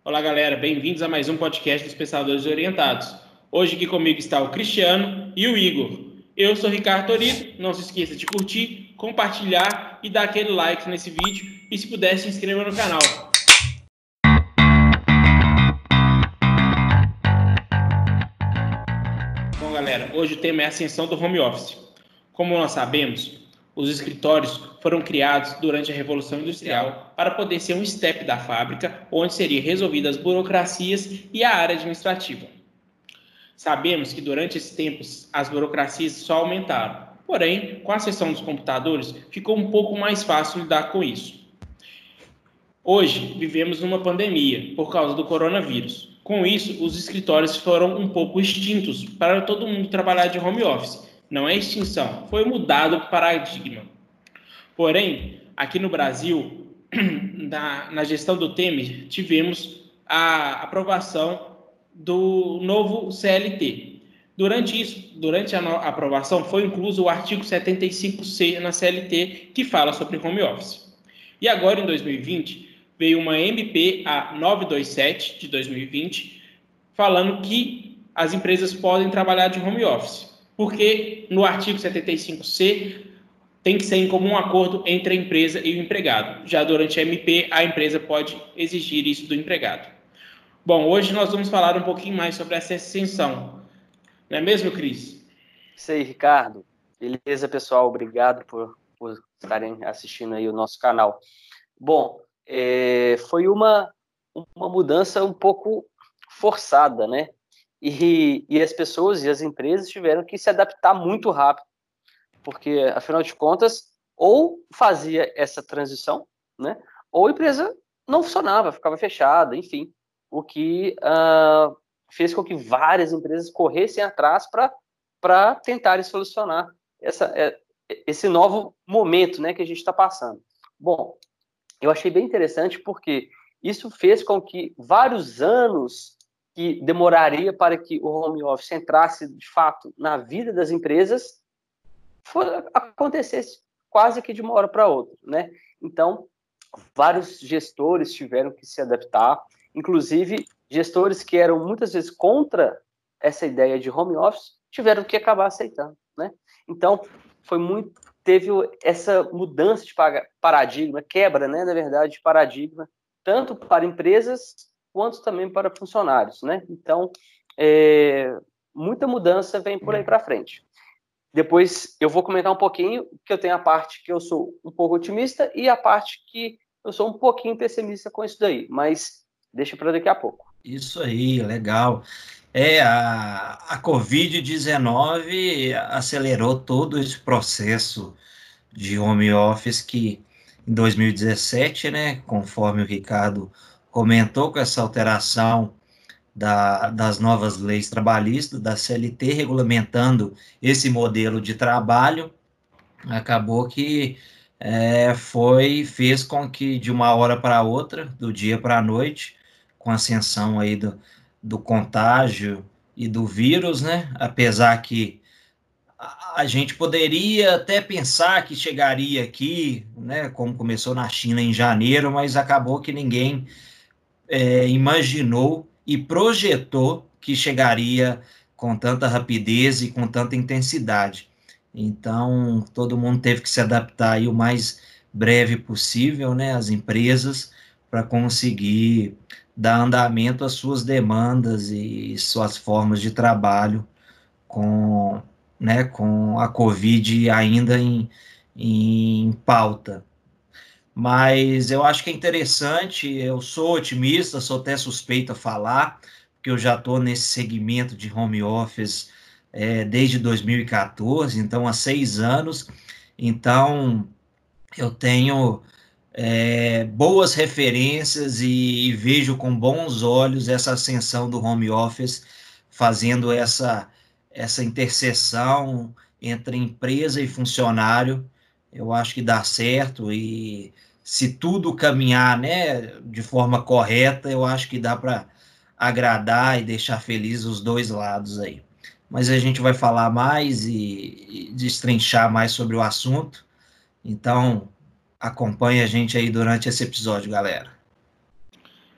Olá, galera. Bem-vindos a mais um podcast dos Pensadores Orientados. Hoje aqui comigo está o Cristiano e o Igor. Eu sou o Ricardo Torito. Não se esqueça de curtir, compartilhar e dar aquele like nesse vídeo. E se puder, se inscreva no canal. Bom, galera, hoje o tema é a ascensão do home office. Como nós sabemos, os escritórios foram criados durante a Revolução Industrial para poder ser um step da fábrica, onde seriam resolvidas as burocracias e a área administrativa. Sabemos que durante esses tempos as burocracias só aumentaram, porém, com a ascensão dos computadores, ficou um pouco mais fácil lidar com isso. Hoje, vivemos numa pandemia por causa do coronavírus. Com isso, os escritórios foram um pouco extintos para todo mundo trabalhar de home office. Não é extinção, foi mudado o paradigma. Porém, aqui no Brasil, na gestão do Temer, tivemos a aprovação do novo CLT. Durante a aprovação, foi incluso o artigo 75C na CLT, que fala sobre home office. E agora, em 2020, veio uma MP, a 927 de 2020, falando que as empresas podem trabalhar de home office, porque no artigo 75C tem que ser em comum acordo entre a empresa e o empregado. Já durante a MP, a empresa pode exigir isso do empregado. Bom, hoje nós vamos falar um pouquinho mais sobre essa ascensão. Não é mesmo, Cris? Isso aí, Ricardo. Beleza, pessoal? Obrigado por estarem assistindo aí o nosso canal. Bom, foi uma mudança um pouco forçada, né? E as pessoas e as empresas tiveram que se adaptar muito rápido, porque, afinal de contas, ou fazia essa transição, né? Ou a empresa não funcionava, ficava fechada, enfim. O que fez com que várias empresas corressem atrás para tentarem solucionar esse novo momento, né, que a gente está passando. Bom, eu achei bem interessante porque isso fez com que vários anos que demoraria para que o home office entrasse, de fato, na vida das empresas, acontecesse quase que de uma hora para outra, né? Então, vários gestores tiveram que se adaptar, inclusive gestores que eram muitas vezes contra essa ideia de home office tiveram que acabar aceitando, né? Então, teve essa mudança de paradigma, quebra, né, na verdade, de paradigma, tanto para empresas quanto também para funcionários, né? Então, muita mudança vem por aí para frente. Depois eu vou comentar um pouquinho, que eu tenho a parte que eu sou um pouco otimista e a parte que eu sou um pouquinho pessimista com isso daí, mas deixa para daqui a pouco. Isso aí, legal. A Covid-19 acelerou todo esse processo de home office que em 2017, né, conforme o Ricardo comentou, com essa alteração das novas leis trabalhistas, da CLT, regulamentando esse modelo de trabalho, acabou que fez com que de uma hora para outra, do dia para a noite, com a ascensão aí do contágio e do vírus, né? Apesar que a gente poderia até pensar que chegaria aqui, né? Como começou na China em janeiro, mas acabou que ninguém imaginou e projetou que chegaria com tanta rapidez e com tanta intensidade. Então, todo mundo teve que se adaptar aí o mais breve possível, né, as empresas, para conseguir dar andamento às suas demandas e suas formas de trabalho com, né, com a Covid ainda em pauta. Mas eu acho que é interessante, eu sou otimista, sou até suspeito a falar, porque eu já estou nesse segmento de home office desde 2014, então há 6 anos, então eu tenho boas referências e vejo com bons olhos essa ascensão do home office, fazendo essa interseção entre empresa e funcionário. Eu acho que dá certo e se tudo caminhar, né, de forma correta, eu acho que dá para agradar e deixar feliz os dois lados aí. Mas a gente vai falar mais e destrinchar mais sobre o assunto. Então, acompanhe a gente aí durante esse episódio, galera.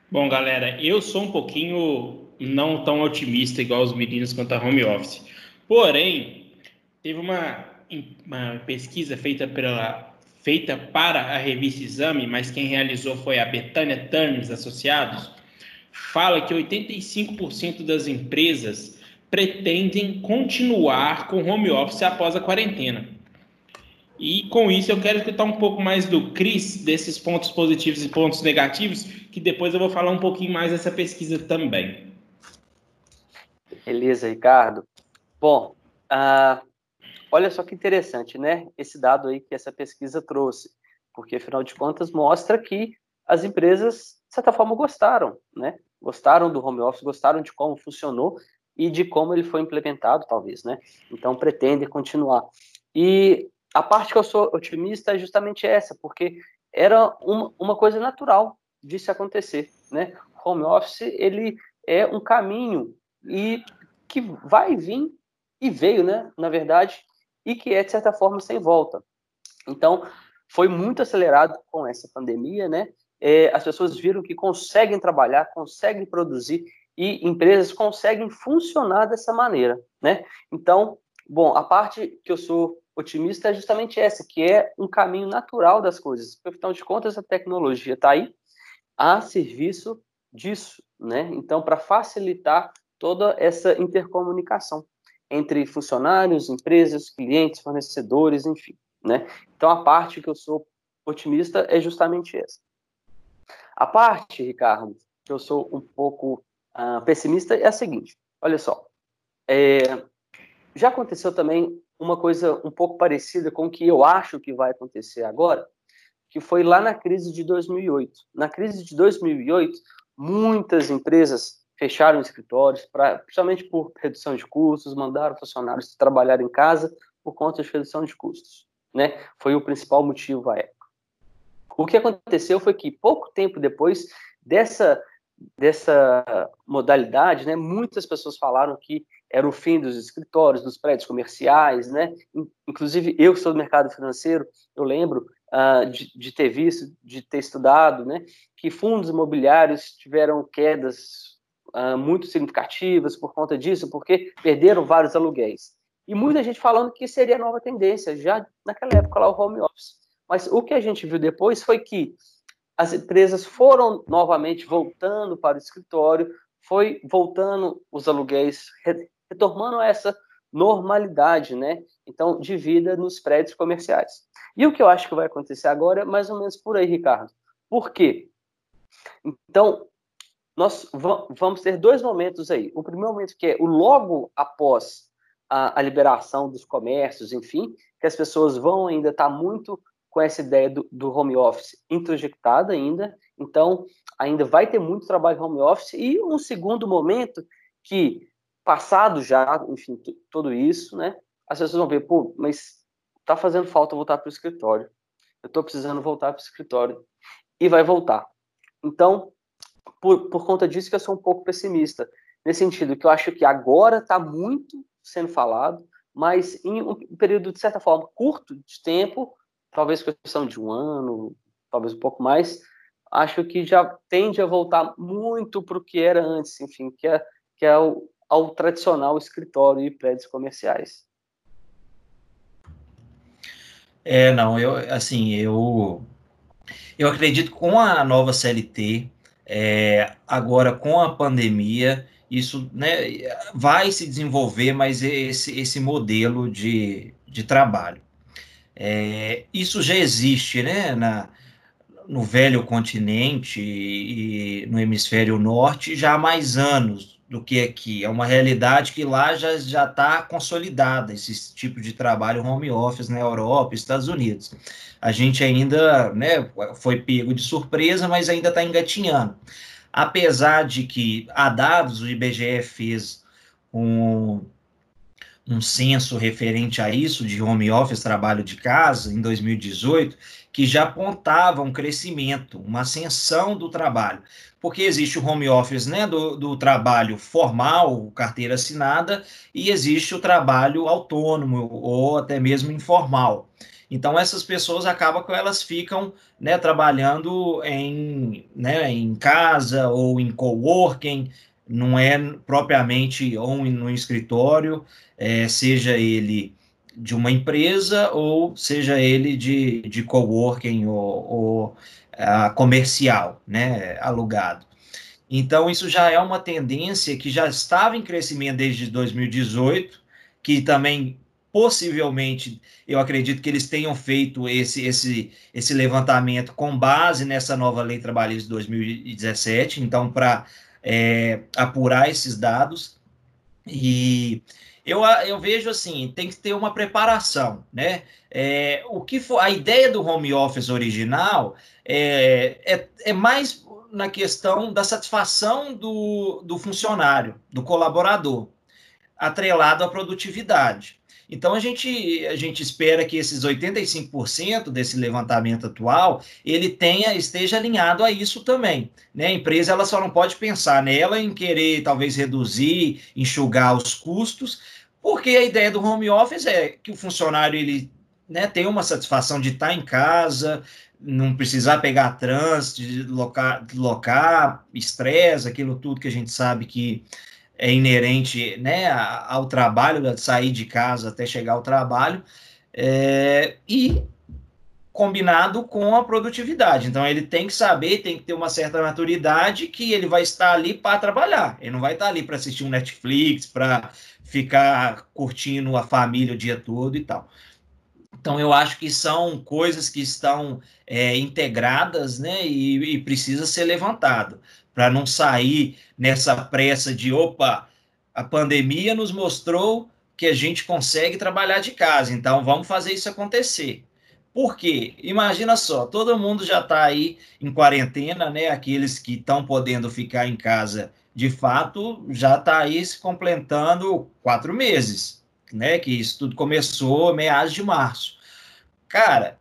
Bom, galera, eu sou um pouquinho não tão otimista igual os meninos quanto a home office. Porém, teve uma pesquisa feita para a revista Exame, mas quem realizou foi a Betânia Turner Associados, fala que 85% das empresas pretendem continuar com home office após a quarentena. E com isso eu quero escutar um pouco mais do Cris, desses pontos positivos e pontos negativos, que depois eu vou falar um pouquinho mais dessa pesquisa também. Beleza, Ricardo. Bom, olha só que interessante, né? Esse dado aí que essa pesquisa trouxe, porque afinal de contas mostra que as empresas, de certa forma, gostaram, né? Gostaram do home office, gostaram de como funcionou e de como ele foi implementado, talvez, né? Então pretendem continuar. E a parte que eu sou otimista é justamente essa, porque era uma coisa natural de se acontecer, né? O home office, ele é um caminho e que vai vir e veio, né? Na verdade, e que é, de certa forma, sem volta. Então, foi muito acelerado com essa pandemia, né? As pessoas viram que conseguem trabalhar, conseguem produzir e empresas conseguem funcionar dessa maneira, né? Então, bom, a parte que eu sou otimista é justamente essa, que é um caminho natural das coisas. Porque, afinal de contas, a tecnologia está aí a serviço disso, né? Então, para facilitar toda essa intercomunicação entre funcionários, empresas, clientes, fornecedores, enfim, né? Então, a parte que eu sou otimista é justamente essa. A parte, Ricardo, que eu sou um pouco pessimista é a seguinte, olha só, já aconteceu também uma coisa um pouco parecida com o que eu acho que vai acontecer agora, que foi lá na crise de 2008. Na crise de 2008, muitas empresas fecharam escritórios, principalmente por redução de custos, mandaram funcionários trabalhar em casa por conta de redução de custos, né? Foi o principal motivo à época. O que aconteceu foi que, pouco tempo depois dessa modalidade, né, muitas pessoas falaram que era o fim dos escritórios, dos prédios comerciais, né? Inclusive, eu que sou do mercado financeiro, eu lembro de ter visto, de ter estudado, né, que fundos imobiliários tiveram quedas muito significativas por conta disso, porque perderam vários aluguéis. E muita gente falando que seria a nova tendência, já naquela época lá, o home office. Mas o que a gente viu depois foi que as empresas foram novamente voltando para o escritório, foi voltando os aluguéis, retomando essa normalidade, né? Então, de vida nos prédios comerciais. E o que eu acho que vai acontecer agora é mais ou menos por aí, Ricardo. Por quê? Então, nós vamos ter dois momentos aí. O primeiro momento que é o logo após a liberação dos comércios, enfim, que as pessoas vão ainda estar muito com essa ideia do home office introjectada ainda, então ainda vai ter muito trabalho home office, e um segundo momento que, passado já, enfim, tudo isso, né, as pessoas vão ver, pô, mas tá fazendo falta voltar para o escritório, eu estou precisando voltar para o escritório, e vai voltar. Então, por conta disso que eu sou um pouco pessimista, nesse sentido que eu acho que agora está muito sendo falado, mas em um período, de certa forma, curto de tempo, talvez questão de um ano, talvez um pouco mais, acho que já tende a voltar muito para o que era antes, enfim, que é ao tradicional escritório e prédios comerciais. Não, eu acredito que com a nova CLT, agora com a pandemia, isso, né, vai se desenvolver mais esse modelo de trabalho. Isso já existe, né, no velho continente e no hemisfério norte já há mais anos do que aqui. É uma realidade que lá já está consolidada, esse tipo de trabalho home office na Europa, Estados Unidos. A gente ainda, né, foi pego de surpresa, mas ainda está engatinhando. Apesar de que há dados, o IBGE fez um censo referente a isso, de home office, trabalho de casa, em 2018, que já apontava um crescimento, uma ascensão do trabalho. Porque existe o home office, né, do trabalho formal, carteira assinada, e existe o trabalho autônomo ou até mesmo informal. Então, essas pessoas acabam que elas ficam, né, trabalhando em casa ou em coworking, não é propriamente ou no escritório, seja ele de uma empresa ou seja ele de coworking ou comercial, né, alugado. Então, isso já é uma tendência que já estava em crescimento desde 2018, que também, possivelmente, eu acredito que eles tenham feito esse levantamento com base nessa nova lei trabalhista de 2017, então, para apurar esses dados. E eu vejo assim, tem que ter uma preparação, né? O que for, a ideia do home office original é mais na questão da satisfação do funcionário, do colaborador, atrelado à produtividade. Então, a gente espera que esses 85% desse levantamento atual, ele esteja alinhado a isso também. Né? A empresa ela só não pode pensar nela em querer, talvez, reduzir, enxugar os custos, porque a ideia do home office é que o funcionário ele, né, tenha uma satisfação de estar em casa, não precisar pegar trânsito, deslocar estresse, aquilo tudo que a gente sabe que é inerente, né, ao trabalho, de sair de casa até chegar ao trabalho, e combinado com a produtividade. Então, ele tem que saber, tem que ter uma certa maturidade que ele vai estar ali para trabalhar. Ele não vai estar ali para assistir um Netflix, para ficar curtindo a família o dia todo e tal. Então, eu acho que são coisas que estão integradas, né, e precisa ser levantado, para não sair nessa pressa de, opa, a pandemia nos mostrou que a gente consegue trabalhar de casa, então vamos fazer isso acontecer. Por quê? Imagina só, todo mundo já está aí em quarentena, né, aqueles que estão podendo ficar em casa de fato, já está aí se completando 4 meses, né, que isso tudo começou meados de março. Cara,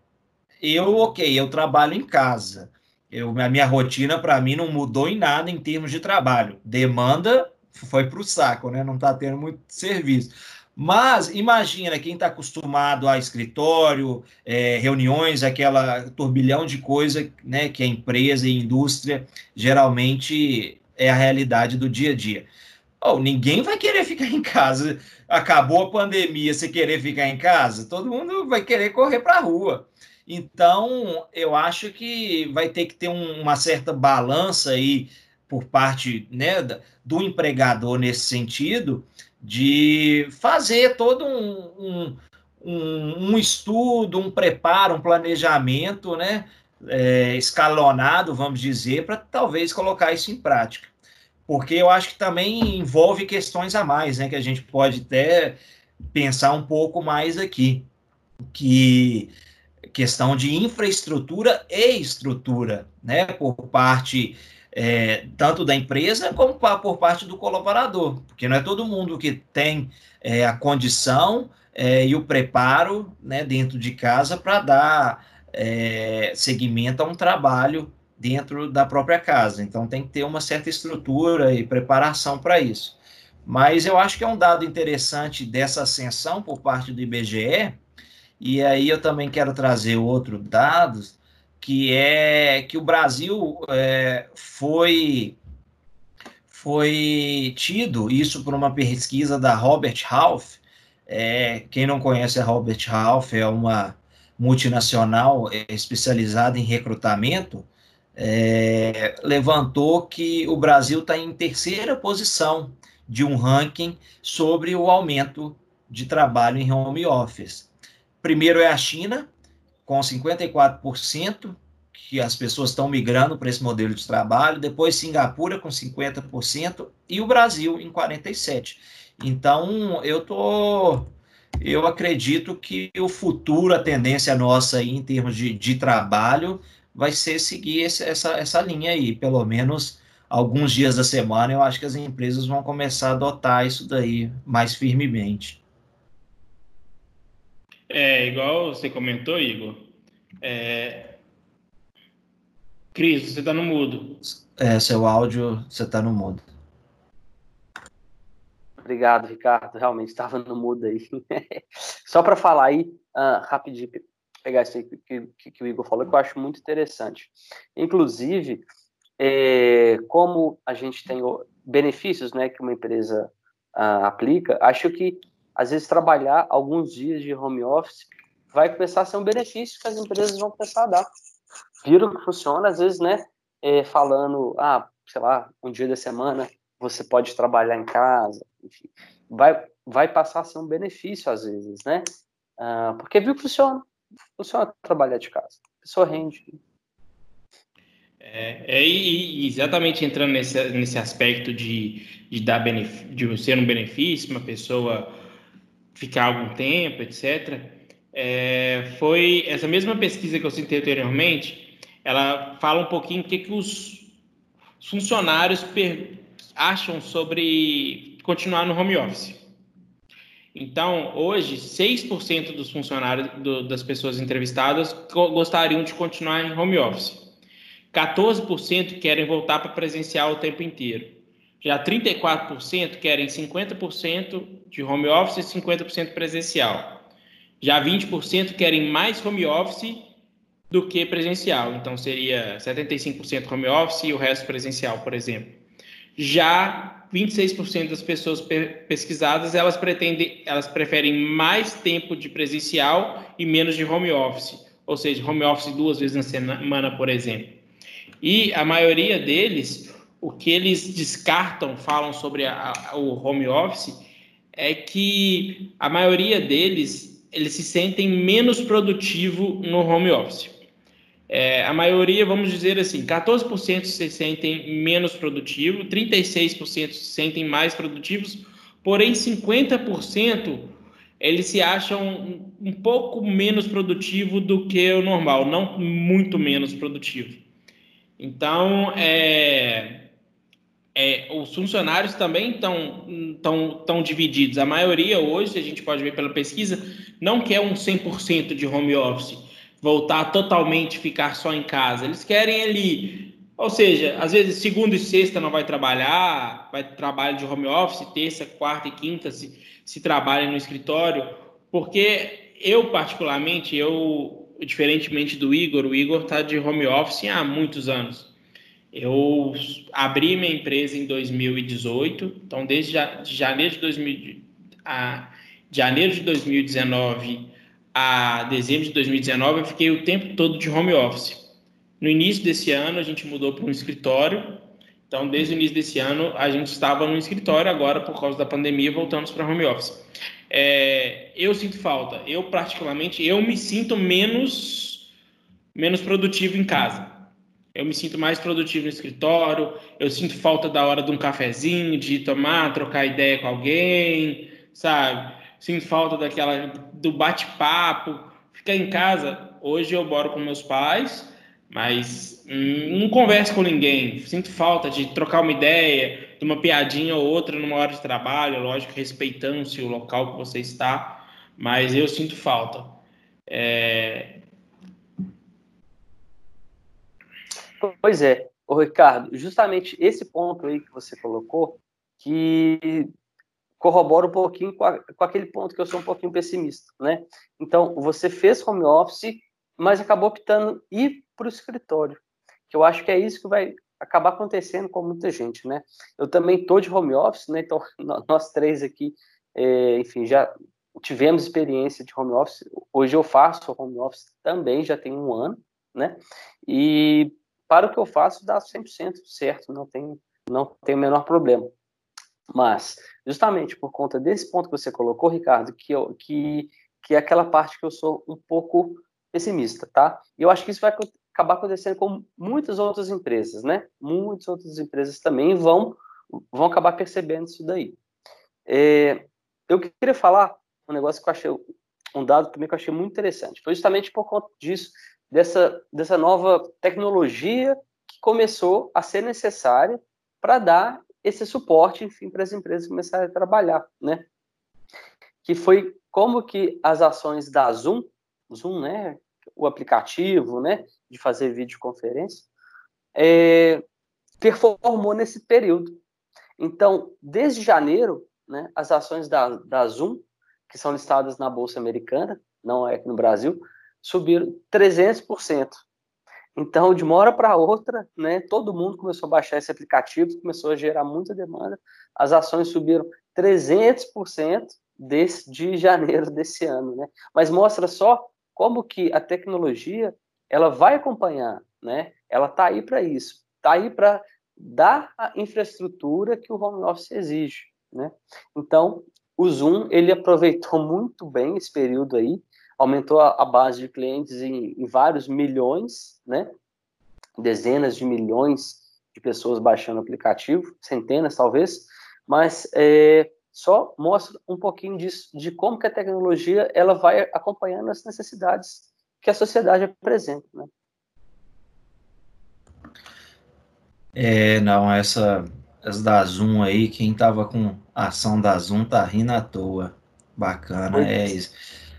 eu trabalho em casa. A minha rotina, para mim, não mudou em nada em termos de trabalho. Demanda foi para o saco, né? Não está tendo muito serviço. Mas imagina quem está acostumado a escritório, reuniões, aquela turbilhão de coisa, né, que a empresa e a indústria geralmente é a realidade do dia a dia. Oh, ninguém vai querer ficar em casa. Acabou a pandemia, você querer ficar em casa, todo mundo vai querer correr para a rua. Então, eu acho que vai ter que ter uma certa balança aí por parte, né, do empregador nesse sentido, de fazer todo um estudo, um preparo, um planejamento, né, escalonado, vamos dizer, para talvez colocar isso em prática, porque eu acho que também envolve questões a mais, né, que a gente pode até pensar um pouco mais aqui, que questão de infraestrutura e estrutura, né, por parte tanto da empresa como por parte do colaborador, porque não é todo mundo que tem a condição e o preparo, né, dentro de casa para dar seguimento a um trabalho dentro da própria casa. Então tem que ter uma certa estrutura e preparação para isso. Mas eu acho que é um dado interessante dessa ascensão por parte do IBGE, e aí eu também quero trazer outro dado, que é que o Brasil foi tido, isso por uma pesquisa da Robert Half. Quem não conhece a Robert Half é uma multinacional especializada em recrutamento, levantou que o Brasil está em terceira posição de um ranking sobre o aumento de trabalho em home office. Primeiro é a China, com 54%, que as pessoas estão migrando para esse modelo de trabalho. Depois Singapura, com 50%, e o Brasil, em 47%. Então, eu acredito que o futuro, a tendência nossa aí, em termos de trabalho, vai ser seguir essa linha aí. Pelo menos alguns dias da semana, eu acho que as empresas vão começar a adotar isso daí mais firmemente. Igual você comentou, Igor. Cris, você está no mudo. Seu áudio, você está no mudo. Obrigado, Ricardo. Realmente estava no mudo aí. Só para falar aí, rapidinho, pegar isso aí que o Igor falou, que eu acho muito interessante. Inclusive, como a gente tem benefícios, né, que uma empresa aplica, acho que, às vezes, trabalhar alguns dias de home office vai começar a ser um benefício que as empresas vão começar a dar. Viram que funciona, às vezes, né, falando, sei lá, um dia da semana você pode trabalhar em casa, enfim, vai passar a ser um benefício, às vezes, né, porque viu que funciona trabalhar de casa, a pessoa rende. E exatamente entrando nesse aspecto de ser um benefício, uma pessoa ficar algum tempo, etc. Foi essa mesma pesquisa que eu citei anteriormente, ela fala um pouquinho o que os funcionários acham sobre continuar no home office. Então, hoje, 6% dos funcionários, das pessoas entrevistadas gostariam de continuar em home office. 14% querem voltar para presencial o tempo inteiro. Já 34% querem 50% de home office e 50% presencial. Já 20% querem mais home office do que presencial. Então, seria 75% home office e o resto presencial, por exemplo. Já 26% das pessoas pesquisadas, elas preferem mais tempo de presencial e menos de home office. Ou seja, home office 2 vezes na semana, por exemplo. E a maioria deles, o que eles descartam, falam sobre o home office, é que a maioria deles, eles se sentem menos produtivo no home office. A maioria, vamos dizer assim, 14% se sentem menos produtivos, 36% se sentem mais produtivos, porém 50% eles se acham um pouco menos produtivo do que o normal, não muito menos produtivo. Então, os funcionários também estão divididos. A maioria hoje, a gente pode ver pela pesquisa, não quer um 100% de home office, voltar totalmente, ficar só em casa. Eles querem ali, ou seja, às vezes segunda e sexta não vai trabalhar, vai trabalhar de home office, terça, quarta e quinta se trabalha no escritório, porque eu particularmente, diferentemente do Igor, o Igor está de home office há muitos anos. Eu abri minha empresa em 2018, então desde janeiro de 2019 a dezembro de 2019 eu fiquei o tempo todo de home office. No início desse ano a gente mudou para um escritório, então desde o início desse ano a gente estava no escritório, agora por causa da pandemia voltamos para home office. Eu sinto falta, eu particularmente, eu me sinto menos produtivo em casa. Eu me sinto mais produtivo no escritório, eu sinto falta da hora de um cafezinho, de trocar ideia com alguém, sabe? Sinto falta do bate-papo. Ficar em casa, hoje eu moro com meus pais, mas não converso com ninguém. Sinto falta de trocar uma ideia, de uma piadinha ou outra numa hora de trabalho, lógico, respeitando-se o local que você está, mas eu sinto falta. Pois é, Ricardo, justamente esse ponto aí que você colocou, que corrobora um pouquinho com aquele ponto que eu sou um pouquinho pessimista, né? Então, você fez home office, mas acabou optando ir para o escritório, que eu acho que é isso que vai acabar acontecendo com muita gente, né? Eu também estou de home office, né? Então, nós três aqui, enfim, já tivemos experiência de home office. Hoje eu faço home office também, já tem 1 ano, né? E para o que eu faço, dá 100% certo, não tem o menor problema. Mas, justamente por conta desse ponto que você colocou, Ricardo, que é aquela parte que eu sou um pouco pessimista, tá? E eu acho que isso vai acabar acontecendo com muitas outras empresas, né? Muitas outras empresas também vão acabar percebendo isso daí. Eu queria falar um negócio que eu achei, um dado também que eu achei muito interessante. Foi justamente por conta disso, dessa nova tecnologia que começou a ser necessária para dar esse suporte, enfim, para as empresas começarem a trabalhar, né? Que foi como que as ações da Zoom, né, o aplicativo, né, de fazer videoconferência, performou nesse período. Então, desde janeiro, né, as ações da Zoom, que são listadas na Bolsa Americana, não é aqui no Brasil, subiram 300%. Então, de uma hora para outra, né, todo mundo começou a baixar esse aplicativo, começou a gerar muita demanda, as ações subiram 300% de janeiro desse ano, né? Mas mostra só como que a tecnologia ela vai acompanhar, né? Ela está aí para isso, está aí para dar a infraestrutura que o home office exige, né? Então, o Zoom ele aproveitou muito bem esse período aí, aumentou a base de clientes em vários milhões, né? Dezenas de milhões de pessoas baixando o aplicativo, centenas talvez, mas só mostra um pouquinho disso, de como que a tecnologia ela vai acompanhando as necessidades que a sociedade apresenta, né? Não, essa da Zoom aí, quem tava com a ação da Zoom tá rindo à toa. Bacana, é isso.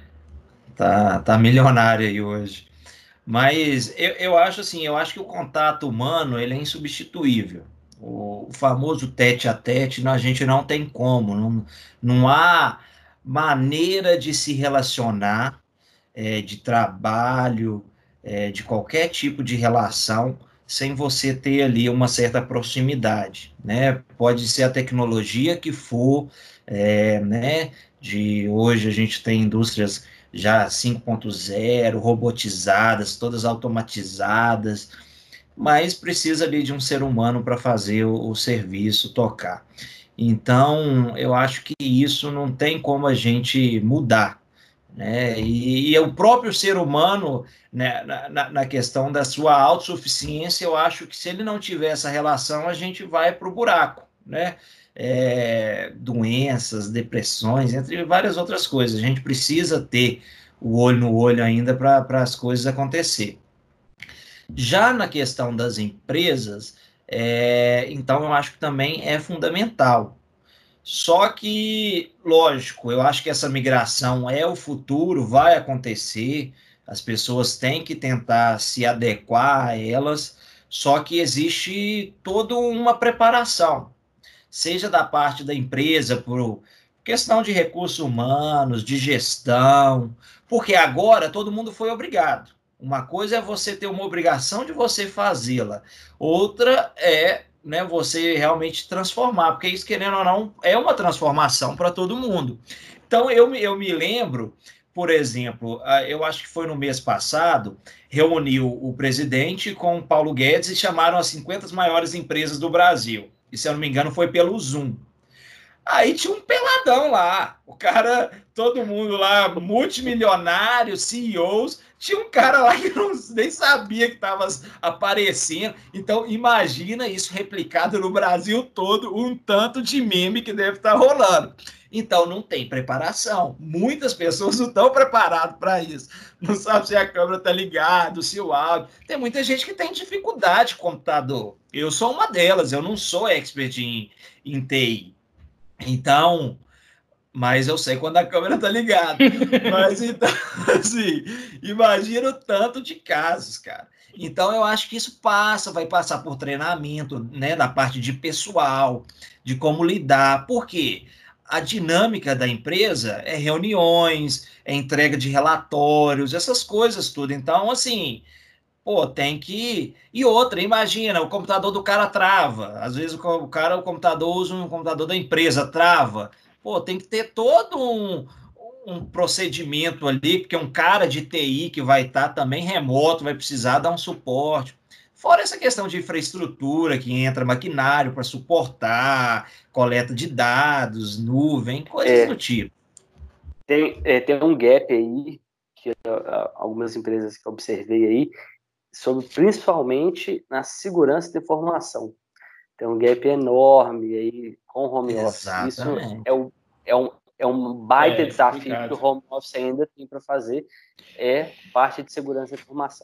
Tá milionário aí hoje. Mas eu acho assim, eu acho que o contato humano ele é insubstituível. O famoso tete a tete, a gente não tem como, não há maneira de se relacionar, de trabalho, de qualquer tipo de relação, sem você ter ali uma certa proximidade, né? Pode ser a tecnologia que for, né? De hoje a gente tem indústrias já 5.0, robotizadas, todas automatizadas, mas precisa ali de um ser humano para fazer o serviço tocar. Então, eu acho que isso não tem como a gente mudar, né? E o próprio ser humano, né, na questão da sua autossuficiência, eu acho que se ele não tiver essa relação, a gente vai para o buraco, né? Doenças, depressões, entre várias outras coisas. A gente precisa ter o olho no olho ainda para as coisas acontecer. Já na questão das empresas, então eu acho que também é fundamental. Só que, lógico, eu acho que essa migração é o futuro, vai acontecer, as pessoas têm que tentar se adequar a elas, só que existe toda uma preparação, seja da parte da empresa, por questão de recursos humanos, de gestão, porque agora todo mundo foi obrigado. Uma coisa é você ter uma obrigação de você fazê-la, outra é, né, você realmente transformar, porque isso, querendo ou não, é uma transformação para todo mundo. Então, eu me lembro, por exemplo, eu acho que foi no mês passado, reuniu o presidente com o Paulo Guedes e chamaram as 50 maiores empresas do Brasil. E, se eu não me engano, foi pelo Zoom. Aí tinha um peladão lá, o cara, todo mundo lá, multimilionários, CEOs, tinha um cara lá que nem sabia que estava aparecendo. Então, imagina isso replicado no Brasil todo, um tanto de meme que deve estar rolando. Então, não tem preparação. Muitas pessoas não estão preparadas para isso. Não sabe se a câmera está ligada, se o áudio. Tem muita gente que tem dificuldade com computador. Eu sou uma delas, eu não sou expert em TI. Então, mas eu sei quando a câmera tá ligada. Mas então, assim, imagina o tanto de casos, cara. Então, eu acho que isso vai passar por treinamento, né, da parte de pessoal, de como lidar. Por quê? A dinâmica da empresa é reuniões, é entrega de relatórios, essas coisas tudo. Então, assim, pô, tem que. E outra, imagina, o computador do cara trava. Às vezes o computador usa um computador da empresa, trava. Pô, tem que ter todo um procedimento ali, porque um cara de TI que vai estar também remoto, vai precisar dar um suporte. Fora essa questão de infraestrutura, que entra maquinário para suportar, coleta de dados, nuvem, coisas do tipo. Tem um gap aí, que algumas empresas que eu observei aí, sobre principalmente na segurança da informação. Tem um gap enorme aí com o home office. Isso é um baita desafio que o home office ainda tem para fazer, parte de segurança da informação.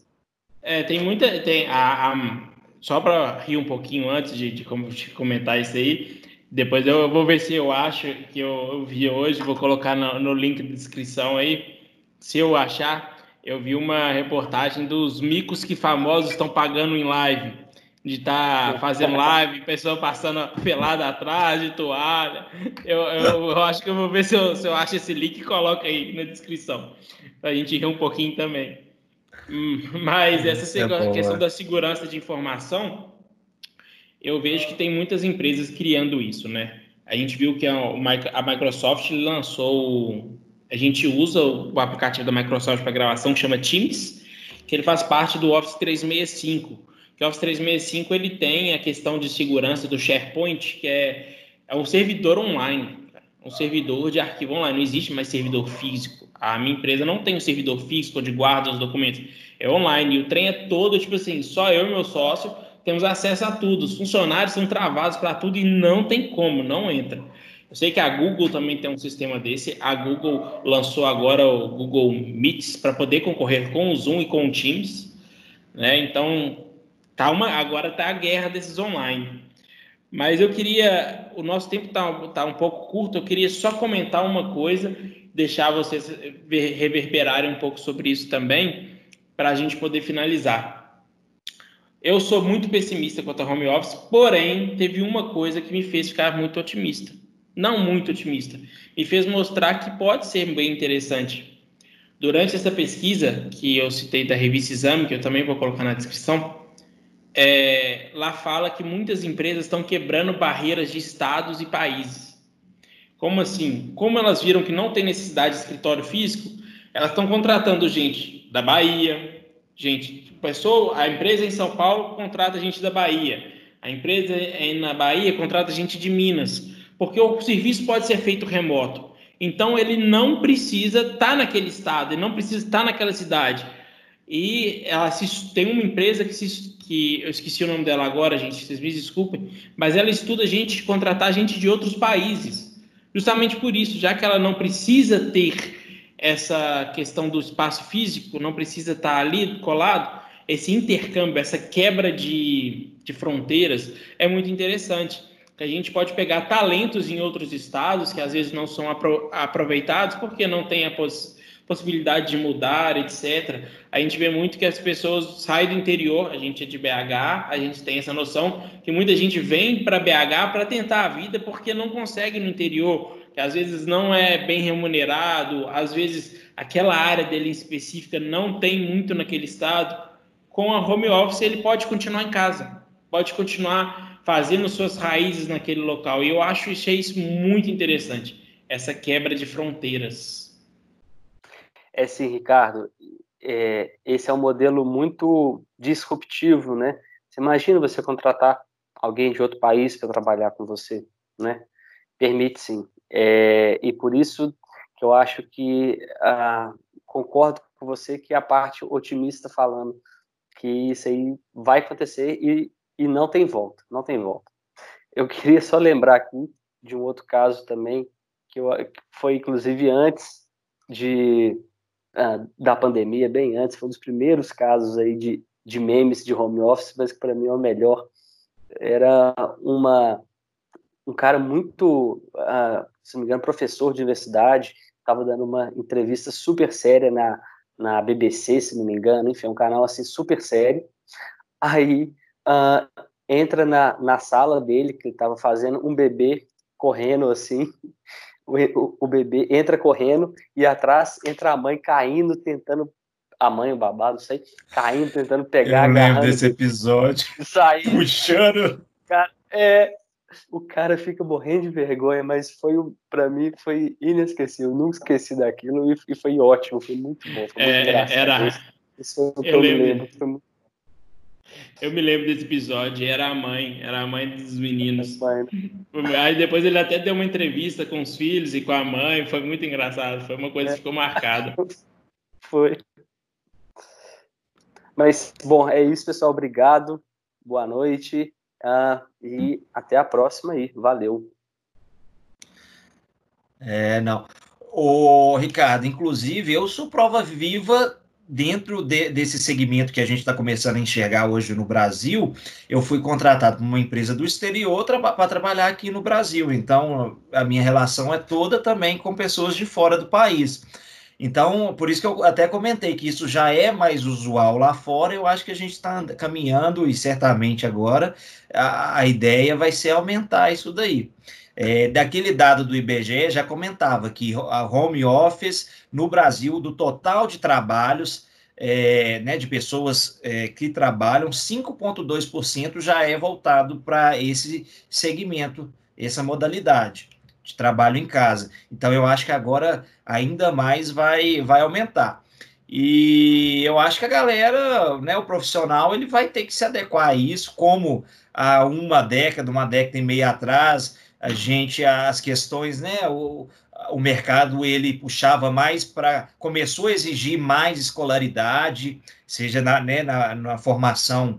Só para rir um pouquinho antes de comentar isso aí, depois eu vou ver se eu acho que eu vi hoje, vou colocar no link da descrição aí, se eu achar. Eu vi uma reportagem dos micos que famosos estão pagando em live, de estar fazendo live, pessoa passando pelada atrás, de toalha. Eu acho que eu vou ver se eu acho esse link e coloco aí na descrição, para a gente rir um pouquinho também. Mas essa questão da segurança de informação, eu vejo que tem muitas empresas criando isso, né? A gente viu que a Microsoft lançou... A gente usa o aplicativo da Microsoft para gravação, que chama Teams, que ele faz parte do Office 365. Que o Office 365 ele tem a questão de segurança do SharePoint, que é um servidor online, um servidor de arquivo online. Não existe mais servidor físico. A minha empresa não tem um servidor físico onde guarda os documentos. É online. E o trem é todo, tipo assim, só eu e meu sócio temos acesso a tudo. Os funcionários são travados para tudo e não tem como, não entra. Eu sei que a Google também tem um sistema desse. A Google lançou agora o Google Meets para poder concorrer com o Zoom e com o Teams, né? Então, agora está a guerra desses online. Mas o nosso tempo tá um pouco curto, eu queria só comentar uma coisa, deixar vocês reverberarem um pouco sobre isso também, para a gente poder finalizar. Eu sou muito pessimista quanto ao home office, porém, teve uma coisa que me fez ficar muito otimista. Não muito otimista. Me fez mostrar que pode ser bem interessante. Durante essa pesquisa, que eu citei da revista Exame, que eu também vou colocar na descrição, lá fala que muitas empresas estão quebrando barreiras de estados e países. Como assim? Como elas viram que não tem necessidade de escritório físico, elas estão contratando gente da Bahia, a empresa em São Paulo contrata gente da Bahia, a empresa na Bahia contrata gente de Minas, porque o serviço pode ser feito remoto. Então, ele não precisa estar naquele estado, ele não precisa estar naquela cidade. E tem uma empresa que eu esqueci o nome dela agora, gente, vocês me desculpem, mas ela estuda contratar gente de outros países. Justamente por isso, já que ela não precisa ter essa questão do espaço físico, não precisa estar ali colado, esse intercâmbio, essa quebra de fronteiras é muito interessante. Que a gente pode pegar talentos em outros estados que às vezes não são aproveitados porque não tem a possibilidade de mudar, etc. A gente vê muito que as pessoas saem do interior, a gente é de BH, a gente tem essa noção que muita gente vem para BH para tentar a vida porque não consegue no interior, que às vezes não é bem remunerado, às vezes aquela área dele específica não tem muito naquele estado. Com a home office ele pode continuar em casa, pode continuar fazendo suas raízes naquele local. E eu achei isso muito interessante, essa quebra de fronteiras. Sim, Ricardo, esse é um modelo muito disruptivo, né? Você imagina você contratar alguém de outro país para trabalhar com você, né? Permite sim. E por isso que eu acho que concordo com você que a parte otimista falando que isso aí vai acontecer e não tem volta, não tem volta. Eu queria só lembrar aqui de um outro caso também, que foi inclusive antes da pandemia, bem antes, foi um dos primeiros casos aí de memes de home office, mas que para mim é o melhor. Era um cara muito, se não me engano, professor de universidade, estava dando uma entrevista super séria na BBC, se não me engano, enfim, um canal assim super sério. Aí entra na sala dele, que ele estava fazendo, um bebê correndo assim, o bebê entra correndo e atrás entra a mãe caindo, tentando, a mãe, o babá, não sei, caindo, tentando pegar, eu lembro desse episódio, sair, puxando. O cara fica morrendo de vergonha, mas para mim foi inesquecível, eu nunca esqueci daquilo e foi ótimo, foi muito bom, foi muito engraçado. Isso foi o que eu me lembro. Eu me lembro desse episódio, era a mãe dos meninos. Aí depois ele até deu uma entrevista com os filhos e com a mãe, foi muito engraçado, foi uma coisa que ficou marcada. Foi. Mas, bom, é isso, pessoal, obrigado, boa noite e até a próxima aí, valeu. Não. Ô, Ricardo, inclusive, eu sou prova viva dentro desse segmento que a gente está começando a enxergar hoje no Brasil. Eu fui contratado por uma empresa do exterior para trabalhar aqui no Brasil. Então, a minha relação é toda também com pessoas de fora do país. Então, por isso que eu até comentei que isso já é mais usual lá fora. Eu acho que a gente está caminhando e certamente agora a ideia vai ser aumentar isso daí. Daquele dado do IBGE já comentava que a home office no Brasil, do total de trabalhos, né, de pessoas que trabalham, 5,2% já é voltado para esse segmento, essa modalidade de trabalho em casa. Então, eu acho que agora ainda mais vai aumentar. E eu acho que a galera, né, o profissional, ele vai ter que se adequar a isso, como há uma década e meia atrás, as questões, né, o mercado ele puxava mais começou a exigir mais escolaridade, seja na formação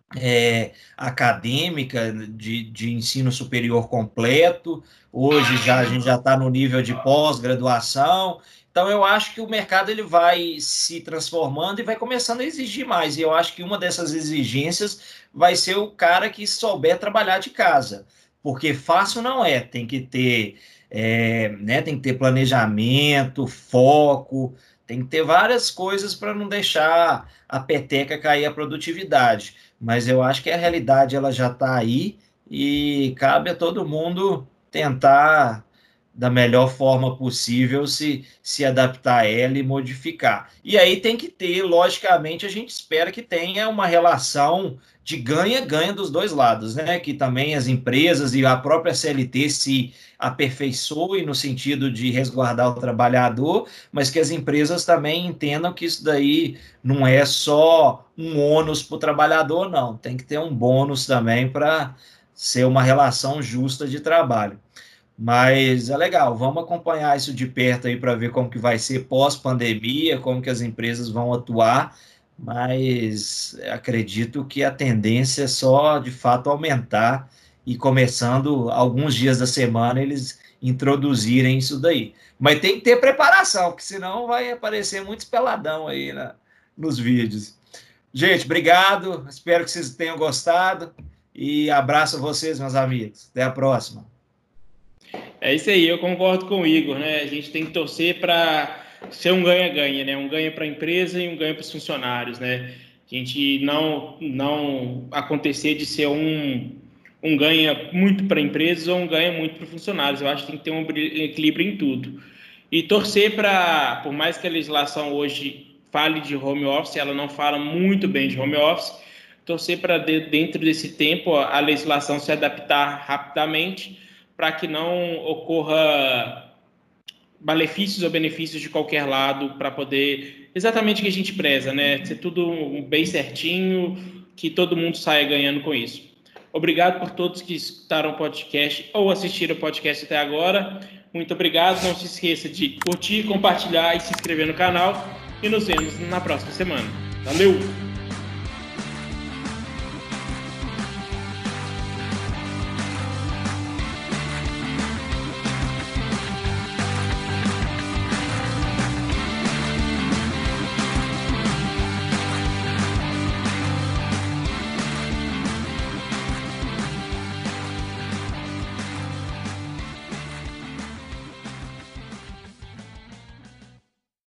acadêmica de ensino superior completo. Hoje a gente já está no nível de pós-graduação. Então eu acho que o mercado ele vai se transformando e vai começando a exigir mais. E eu acho que uma dessas exigências vai ser o cara que souber trabalhar de casa, porque fácil não é. Tem que ter né, tem que ter planejamento, foco, tem que ter várias coisas para não deixar a peteca cair a produtividade. Mas eu acho que a realidade ela já está aí e cabe a todo mundo tentar da melhor forma possível se adaptar a ela e modificar. E aí tem que ter, logicamente, a gente espera que tenha uma relação de ganha-ganha dos dois lados, né? Que também as empresas e a própria CLT se aperfeiçoem no sentido de resguardar o trabalhador, mas que as empresas também entendam que isso daí não é só um ônus para o trabalhador, não. Tem que ter um bônus também para ser uma relação justa de trabalho. Mas é legal, vamos acompanhar isso de perto aí para ver como que vai ser pós-pandemia, como que as empresas vão atuar, mas acredito que a tendência é só, de fato, aumentar e começando alguns dias da semana eles introduzirem isso daí. Mas tem que ter preparação, porque senão vai aparecer muito peladão aí nos vídeos. Gente, obrigado, espero que vocês tenham gostado e abraço a vocês, meus amigos. Até a próxima. É isso aí, eu concordo com o Igor, né? A gente tem que torcer para ser um ganha-ganha, né? Um ganha para a empresa e um ganha para os funcionários, né? A gente não acontecer de ser um ganha muito para empresas ou um ganha muito para funcionários. Eu acho que tem que ter um equilíbrio em tudo. E torcer para, por mais que a legislação hoje fale de home office, ela não fala muito bem de home office, torcer para dentro desse tempo a legislação se adaptar rapidamente, para que não ocorra malefícios ou benefícios de qualquer lado, para poder, exatamente o que a gente preza, né? Ser tudo bem certinho, que todo mundo saia ganhando com isso. Obrigado por todos que escutaram o podcast ou assistiram o podcast até agora. Muito obrigado. Não se esqueça de curtir, compartilhar e se inscrever no canal. E nos vemos na próxima semana. Valeu!